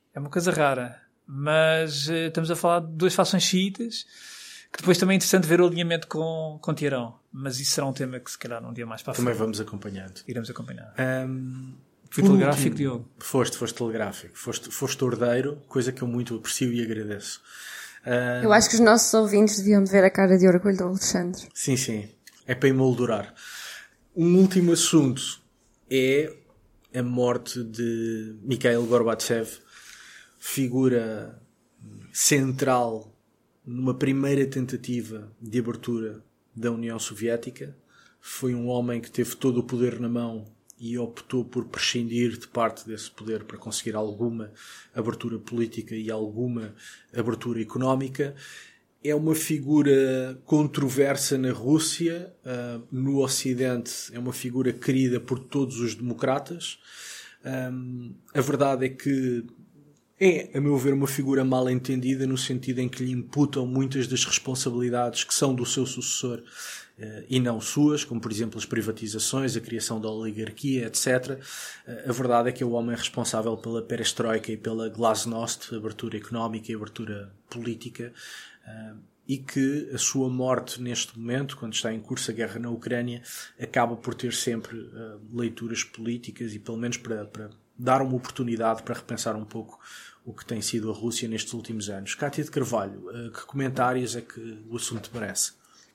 mas estamos a falar de 2 fações xiitas, que depois também é interessante ver o alinhamento com Teherão. Mas isso será um tema que se calhar um dia mais para a frente. Também vamos acompanhando. Iremos acompanhar. Fui telegráfico, Diogo? Foste telegráfico. Foste ordeiro, coisa que eu muito aprecio e agradeço. Eu acho que os nossos ouvintes deviam ver a cara de orgulho do Alexandre. Sim. É para emoldurar. Um último assunto é a morte de Mikhail Gorbachev, figura central numa primeira tentativa de abertura da União Soviética. Foi um homem que teve todo o poder na mão e optou por prescindir de parte desse poder para conseguir alguma abertura política e alguma abertura económica. É uma figura controversa na Rússia, no Ocidente é uma figura querida por todos os democratas. A verdade é que a meu ver, uma figura mal entendida no sentido em que lhe imputam muitas das responsabilidades que são do seu sucessor e não suas, como por exemplo as privatizações, a criação da oligarquia, etc. A verdade é que é o homem responsável pela perestroika e pela glasnost, abertura económica e abertura política, e que a sua morte neste momento, quando está em curso a guerra na Ucrânia, acaba por ter sempre leituras políticas e pelo menos para dar uma oportunidade para repensar um pouco o que tem sido a Rússia nestes últimos anos. Cátia de Carvalho, que comentários é que o assunto merece?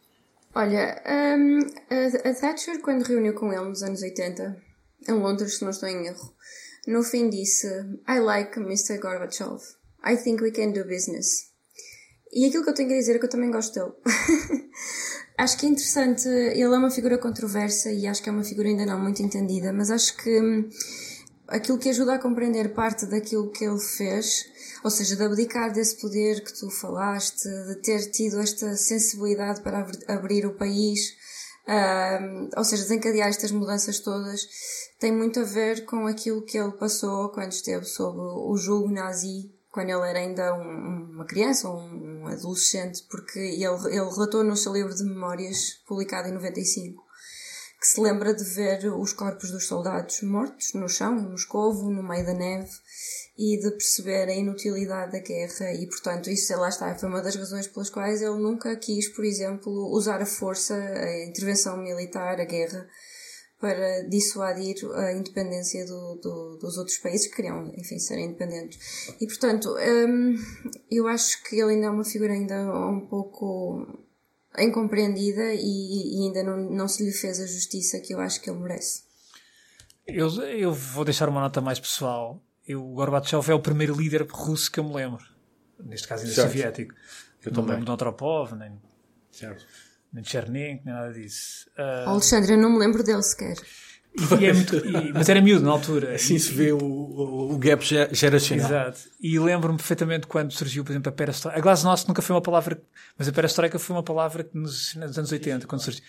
Olha, a Thatcher, quando reuniu com ele nos anos 80, em Londres, se não estou em erro, no fim disse: I like Mr. Gorbachev. I think we can do business. E aquilo que eu tenho a dizer é que eu também gosto dele. Acho que é interessante, ele é uma figura controversa e acho que é uma figura ainda não muito entendida, mas acho que aquilo que ajuda a compreender parte daquilo que ele fez, ou seja, de abdicar desse poder que tu falaste, de ter tido esta sensibilidade para abrir o país, ou seja, desencadear estas mudanças todas, tem muito a ver com aquilo que ele passou quando esteve sob o jugo nazi, quando ele era ainda uma criança ou um adolescente, porque ele relatou no seu livro de memórias, publicado em 95, que se lembra de ver os corpos dos soldados mortos no chão, em Moscovo, no meio da neve, e de perceber a inutilidade da guerra, e portanto isso, lá está, foi uma das razões pelas quais ele nunca quis, por exemplo, usar a força, a intervenção militar, a guerra, para dissuadir a independência dos outros países que queriam, enfim, serem independentes. E portanto, eu acho que ele ainda é uma figura ainda um pouco incompreendida e ainda não se lhe fez a justiça que eu acho que ele merece. Eu vou deixar uma nota mais pessoal. O Gorbachev é o primeiro líder russo que eu me lembro. Neste caso ainda soviético. Eu não me lembro de Andropov, nem Chernin, nem nada disso. Alexandre, eu não me lembro dele sequer. Mas era miúdo na altura. Assim se vê o gap geracional. Exato. E lembro-me perfeitamente quando surgiu, por exemplo, a perestroika. A glasnost nunca foi uma palavra, mas a perestroika foi uma palavra que nos anos 80, quando surgiu.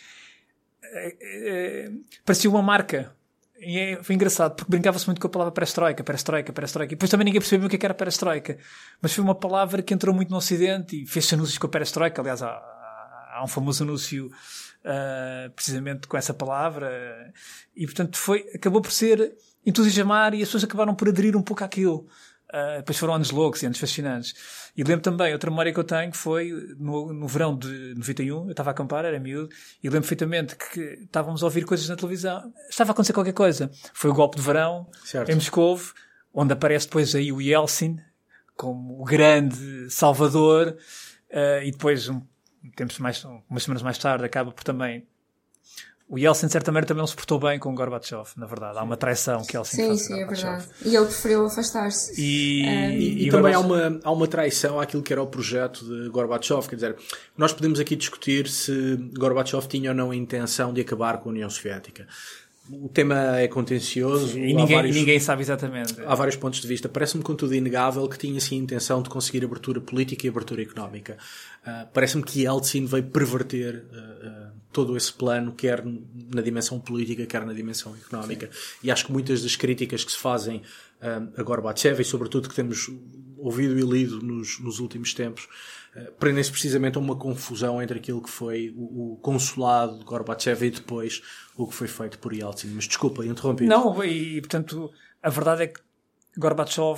Parecia uma marca. E foi engraçado, porque brincava-se muito com a palavra perestroika. E depois também ninguém percebeu o que era perestroika. Mas foi uma palavra que entrou muito no Ocidente e fez-se anúncios com a perestroika. Aliás, há um famoso anúncio precisamente com essa palavra. E, portanto, acabou por ser entusiasmar e as pessoas acabaram por aderir um pouco àquilo. Depois foram anos loucos e anos fascinantes. E lembro também, outra memória que eu tenho foi no verão de 91, eu estava a acampar, era miúdo, e lembro perfeitamente que estávamos a ouvir coisas na televisão. Estava a acontecer qualquer coisa. Foi o golpe de verão, certo, em Moscovo, onde aparece depois aí o Yeltsin como o grande salvador, e depois, umas semanas mais tarde, acaba por também... O Yeltsin, de certa maneira, também não se portou bem com o Gorbachev, na verdade. Há uma traição que Yeltsin faz. Sim, é verdade. E ele preferiu afastar-se. E também há uma traição àquilo que era o projeto de Gorbachev. Quer dizer, nós podemos aqui discutir se Gorbachev tinha ou não a intenção de acabar com a União Soviética. O tema é contencioso. E ninguém sabe exatamente. Há vários pontos de vista. Parece-me, contudo, inegável que tinha sim a intenção de conseguir abertura política e abertura económica. Parece-me que Yeltsin veio perverter todo esse plano, quer na dimensão política, quer na dimensão económica. E acho que muitas das críticas que se fazem a Gorbachev, e sobretudo que temos ouvido e lido nos últimos tempos, prendem-se precisamente a uma confusão entre aquilo que foi o consulado de Gorbachev e depois o que foi feito por Yeltsin. Mas desculpa, interrompi. Não, e portanto, a verdade é que Gorbachev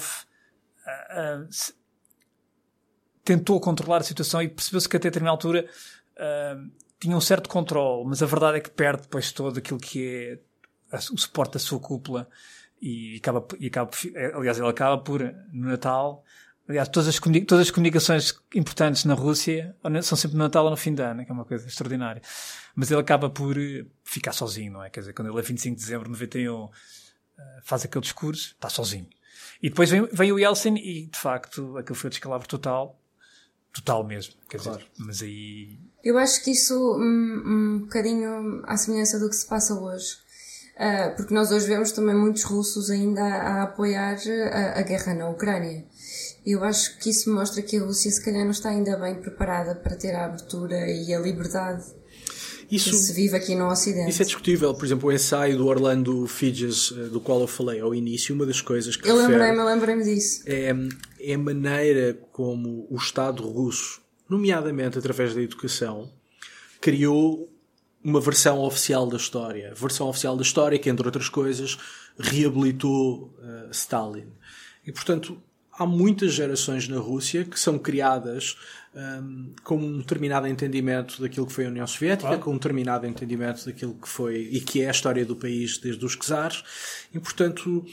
tentou controlar a situação e percebeu-se que até determinada altura tinha um certo controle, mas a verdade é que perde depois todo aquilo que é o suporte da sua cúpula e acaba por, aliás, ele acaba por, no Natal, aliás, todas as comunicações importantes na Rússia são sempre no Natal ou no fim de ano, que é uma coisa extraordinária. Mas ele acaba por ficar sozinho, não é? Quer dizer, quando ele é 25 de dezembro de 91 faz aquele discurso, está sozinho. E depois vem o Yeltsin e, de facto, aquilo foi o descalabro total mesmo, quer dizer, claro. Mas aí... Eu acho que isso um bocadinho à semelhança do que se passa hoje. Porque nós hoje vemos também muitos russos ainda a apoiar a guerra na Ucrânia. Eu acho que isso mostra que a Rússia se calhar não está ainda bem preparada para ter a abertura e a liberdade que se vive aqui no Ocidente. Isso é discutível. Por exemplo, o ensaio do Orlando Figes, do qual eu falei ao início, uma das coisas que eu lembrei-me disso. É a maneira como o Estado russo, nomeadamente através da educação, criou uma versão oficial da história. A versão oficial da história que, entre outras coisas, reabilitou Stalin. E, portanto, há muitas gerações na Rússia que são criadas com um determinado entendimento daquilo que foi a União Soviética, com um determinado entendimento daquilo que foi e que é a história do país desde os czares. E, portanto,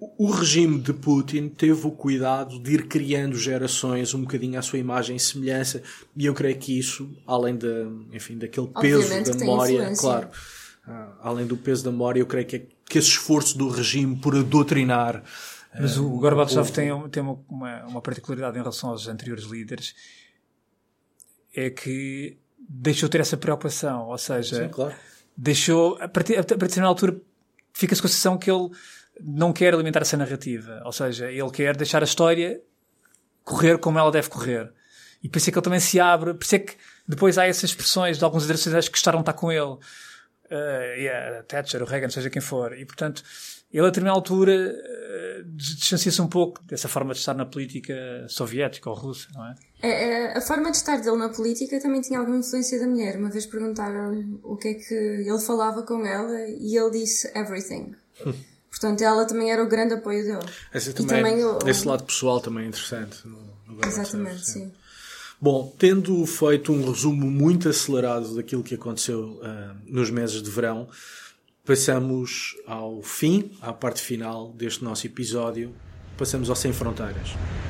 o regime de Putin teve o cuidado de ir criando gerações um bocadinho à sua imagem e semelhança, e eu creio que isso, além daquele peso da memória, claro, além do peso da memória, eu creio que esse esforço do regime por adoutrinar. Mas o Gorbachev tem uma particularidade em relação aos anteriores líderes, é que deixou ter essa preocupação, ou seja, sim, claro. Deixou, a partir de uma altura, fica-se com a sensação que ele não quer alimentar essa narrativa, ou seja, ele quer deixar a história correr como ela deve correr. E por isso é que ele também se abre, por isso é que depois há essas expressões de alguns líderes que gostaram de estar com ele, Thatcher, o Reagan, seja quem for, e portanto, ele a determinada altura distancia-se um pouco dessa forma de estar na política soviética ou russa, não é? A forma de estar dele na política também tinha alguma influência da mulher. Uma vez perguntaram o que é que ele falava com ela e ele disse everything. Portanto, ela também era o grande apoio dele. Esse lado pessoal também é interessante. Exatamente, sim. Bom, tendo feito um resumo muito acelerado daquilo que aconteceu nos meses de verão, passamos ao fim, à parte final deste nosso episódio. Passamos ao Sem Fronteiras.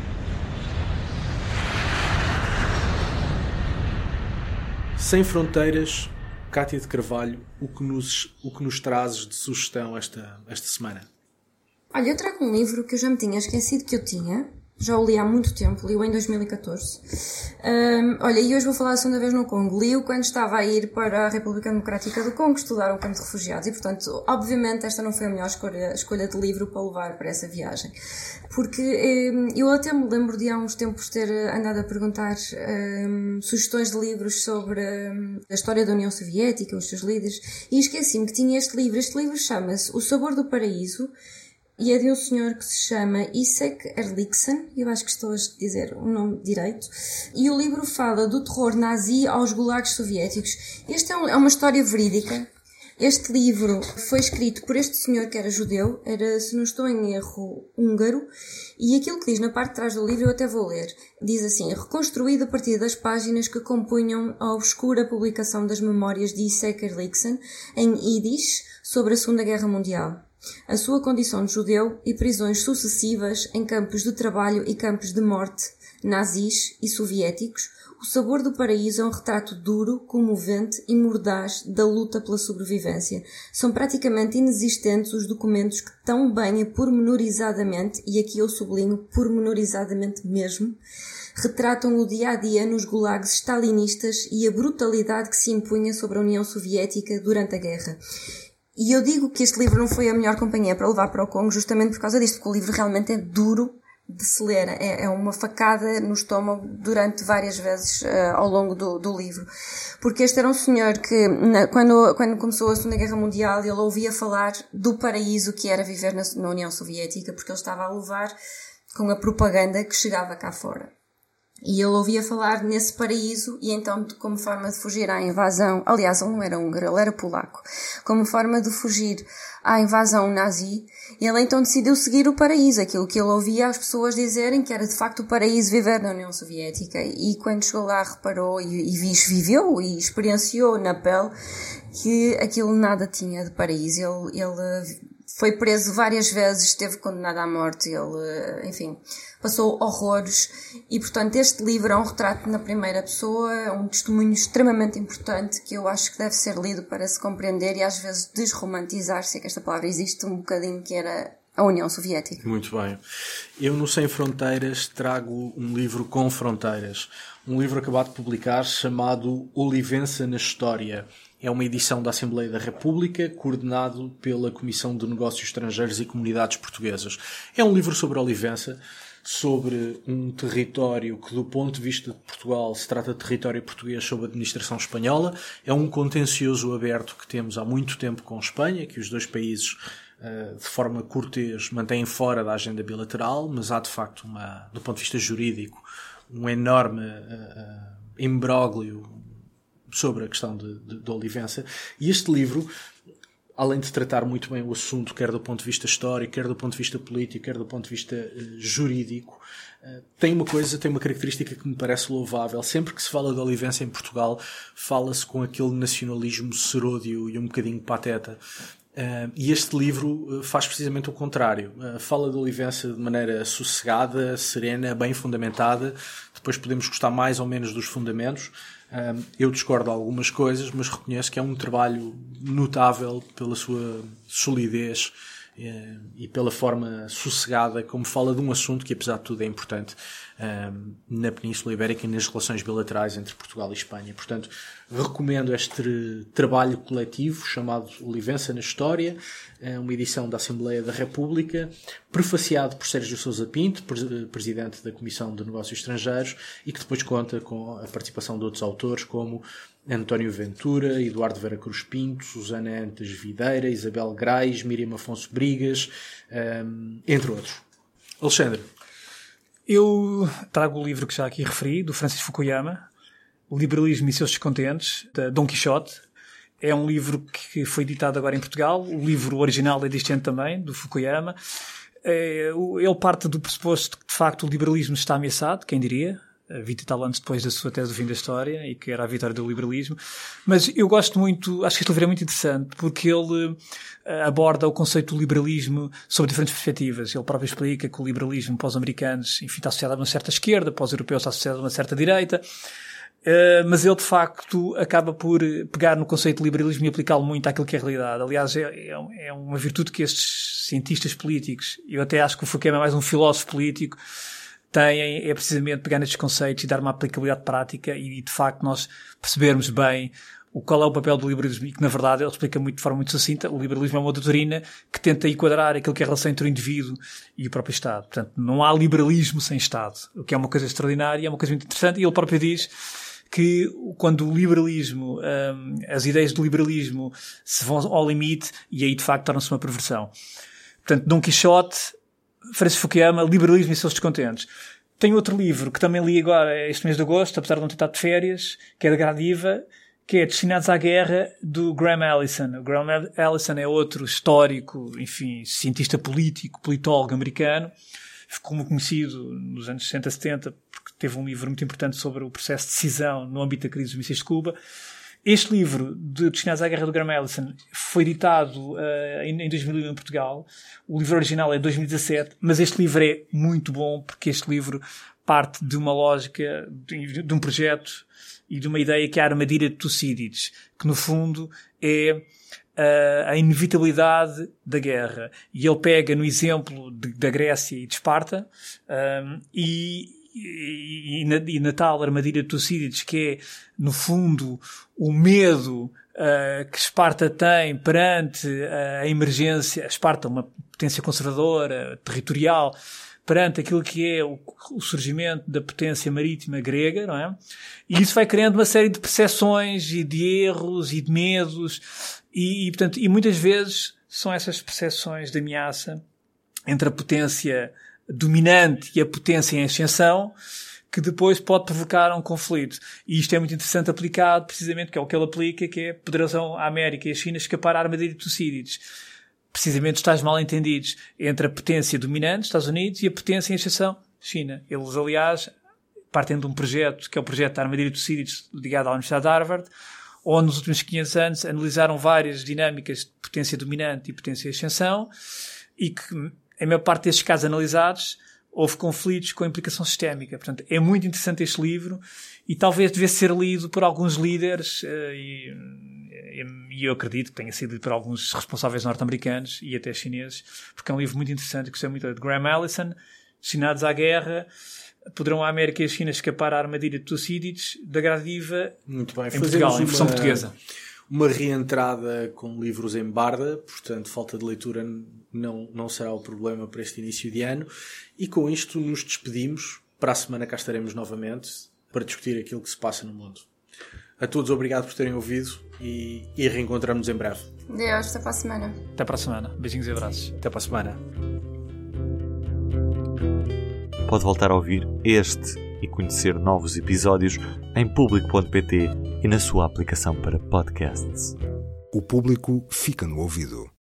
Sem Fronteiras, Cátia de Carvalho, o que nos trazes de sugestão esta semana? Olha, eu trago um livro que eu já me tinha esquecido que eu tinha. Já o li há muito tempo, li-o em 2014. Olha, e hoje vou falar a segunda vez no Congo. Li-o quando estava a ir para a República Democrática do Congo estudar um campo de refugiados e, portanto, obviamente esta não foi a melhor escolha de livro para levar para essa viagem. Porque eu até me lembro de há uns tempos ter andado a perguntar sugestões de livros sobre a história da União Soviética, os seus líderes, e esqueci-me que tinha este livro. Este livro chama-se O Sabor do Paraíso, e é de um senhor que se chama Isaac Erlikson, eu acho que estou a dizer o nome direito, e o livro fala do terror nazi aos gulags soviéticos. Esta é uma história verídica. Este livro foi escrito por este senhor que era judeu, era, se não estou em erro, húngaro, e aquilo que diz na parte de trás do livro eu até vou ler. Diz assim: reconstruído a partir das páginas que compunham a obscura publicação das memórias de Isaac Erlikson em Yiddish sobre a Segunda Guerra Mundial, a sua condição de judeu e prisões sucessivas em campos de trabalho e campos de morte, nazis e soviéticos, O Sabor do Paraíso é um retrato duro, comovente e mordaz da luta pela sobrevivência. São praticamente inexistentes os documentos que tão bem e pormenorizadamente, e aqui eu sublinho pormenorizadamente mesmo, retratam o dia-a-dia nos gulags stalinistas e a brutalidade que se impunha sobre a União Soviética durante a guerra. E eu digo que este livro não foi a melhor companhia para levar para o Congo justamente por causa disto, porque o livro realmente é duro de se ler. É uma facada no estômago durante várias vezes ao longo do livro. Porque este era um senhor que, quando começou a Segunda Guerra Mundial, ele ouvia falar do paraíso que era viver na União Soviética, porque ele estava a levar com a propaganda que chegava cá fora. E ele ouvia falar nesse paraíso e então, como forma de fugir à invasão, aliás, ele não era húngaro, ele era polaco, como forma de fugir à invasão nazi, ele então decidiu seguir o paraíso, aquilo que ele ouvia as pessoas dizerem que era de facto o paraíso viver na União Soviética. E quando chegou lá reparou e viveu e experienciou na pele que aquilo nada tinha de paraíso. Ele foi preso várias vezes, esteve condenado à morte, ele, enfim, passou horrores e, portanto, este livro é um retrato na primeira pessoa, é um testemunho extremamente importante que eu acho que deve ser lido para se compreender e às vezes desromantizar, se é que esta palavra existe, um bocadinho que era a União Soviética. Muito bem. Eu no Sem Fronteiras trago um livro com fronteiras, um livro acabado de publicar chamado Olivença na História. É uma edição da Assembleia da República, coordenado pela Comissão de Negócios Estrangeiros e Comunidades Portuguesas. É um livro sobre Olivença, sobre um território que, do ponto de vista de Portugal, se trata de território português sob a administração espanhola. É um contencioso aberto que temos há muito tempo com a Espanha, que os dois países, de forma cortês, mantêm fora da agenda bilateral, mas há, de facto, do ponto de vista jurídico, um enorme imbróglio sobre a questão de Olivença. E este livro, além de tratar muito bem o assunto, quer do ponto de vista histórico, quer do ponto de vista político, quer do ponto de vista jurídico, tem uma característica que me parece louvável. Sempre que se fala de Olivença em Portugal, fala-se com aquele nacionalismo seródio e um bocadinho pateta. E este livro faz precisamente o contrário. Fala de Olivença de maneira sossegada, serena, bem fundamentada. Depois podemos gostar mais ou menos dos fundamentos. Eu discordo de algumas coisas, mas reconheço que é um trabalho notável pela sua solidez e pela forma sossegada como fala de um assunto que, apesar de tudo, é importante na Península Ibérica e nas relações bilaterais entre Portugal e Espanha. Portanto, recomendo este trabalho coletivo chamado Olivença na História, uma edição da Assembleia da República, prefaciado por Sérgio Sousa Pinto, presidente da Comissão de Negócios Estrangeiros, e que depois conta com a participação de outros autores como António Ventura, Eduardo Vera Cruz Pinto, Susana Antas Videira, Isabel Grais, Miriam Afonso Brigas, entre outros. Alexandre. Eu trago o livro que já aqui referi, do Francis Fukuyama, O Liberalismo e Seus Descontentes, de Dom Quixote. É um livro que foi editado agora em Portugal. O livro original é distante também, do Fukuyama. Ele parte do pressuposto que, de facto, o liberalismo está ameaçado, quem diria, 20 e tal anos depois da sua tese do fim da história, e que era a vitória do liberalismo. Mas eu gosto muito, acho que este livro é muito interessante, porque ele aborda o conceito do liberalismo sob diferentes perspectivas. Ele próprio explica que o liberalismo para os americanos, enfim, está associado a uma certa esquerda, para os europeus está associado a uma certa direita. Mas ele, de facto, acaba por pegar no conceito de liberalismo e aplicá-lo muito àquilo que é a realidade. Aliás, é uma virtude que estes cientistas políticos, eu até acho que o Fukuyama é mais um filósofo político, têm, é precisamente pegar nestes conceitos e dar uma aplicabilidade prática e, de facto, nós percebermos bem qual é o papel do liberalismo, e que, na verdade, ele explica de forma muito sucinta. O liberalismo é uma doutrina que tenta enquadrar aquilo que é a relação entre o indivíduo e o próprio Estado. Portanto, não há liberalismo sem Estado, o que é uma coisa extraordinária, é uma coisa muito interessante, e ele próprio diz que quando o liberalismo, as ideias do liberalismo se vão ao limite, e aí, de facto, torna-se uma perversão. Portanto, Dom Quixote, Francis Fukuyama, Liberalismo e Seus Descontentes. Tenho outro livro que também li agora este mês de agosto, apesar de não ter estado de férias, que é da Gradiva, que é Destinados à Guerra, do Graham Allison. O Graham Allison é outro histórico, enfim, cientista político, politólogo americano, ficou muito conhecido nos anos 60, 70, porque teve um livro muito importante sobre o processo de decisão no âmbito da crise dos mísseis de Cuba. Este livro, de Destinados à Guerra, do Graham Allison, foi editado em 2001 em Portugal. O livro original é de 2017, mas este livro é muito bom, porque este livro parte de uma lógica, de um projeto e de uma ideia que é a Armadilha de Tucídides, que no fundo é a inevitabilidade da guerra. E ele pega no exemplo da Grécia e de Esparta, e na tal Armadilha de Tucídides, que é, no fundo, o medo que Esparta tem perante a emergência, Esparta, uma potência conservadora, territorial, perante aquilo que é o surgimento da potência marítima grega, não é? E isso vai criando uma série de percepções e de erros e de medos, portanto, e muitas vezes são essas percepções de ameaça entre a potência dominante e a potência em ascensão que depois pode provocar um conflito. E isto é muito interessante aplicado, precisamente, que é o que ele aplica, que é poderão a América e a China escapar à Armadilha de Tucídides. Precisamente os tais mal-entendidos entre a potência dominante, Estados Unidos, e a potência em ascensão, China. Eles, aliás, partem de um projeto, que é o projeto da Armadilha de Tucídides, ligado à Universidade de Harvard, onde nos últimos 500 anos analisaram várias dinâmicas de potência dominante e potência em ascensão, e que, em maior parte destes casos analisados, houve conflitos com implicação sistémica. Portanto, é muito interessante este livro, e talvez devesse ser lido por alguns líderes, e eu acredito que tenha sido lido por alguns responsáveis norte-americanos e até chineses, porque é um livro muito interessante, que gostei muito de Graham Allison, Destinados à Guerra, poderão a América e a China escapar à Armadilha de Tucídides, da Gradiva, muito bem, em Portugal, em versão portuguesa. Uma reentrada com livros em barda, portanto, falta de leitura não será o problema para este início de ano. E com isto nos despedimos. Para a semana cá estaremos novamente para discutir aquilo que se passa no mundo. A todos, obrigado por terem ouvido e reencontramos em breve. Adeus, até para a semana. Até para a semana. Beijinhos e abraços. Até para a semana. Pode voltar a ouvir este e conhecer novos episódios em público.pt e na sua aplicação para podcasts. O Público fica no ouvido.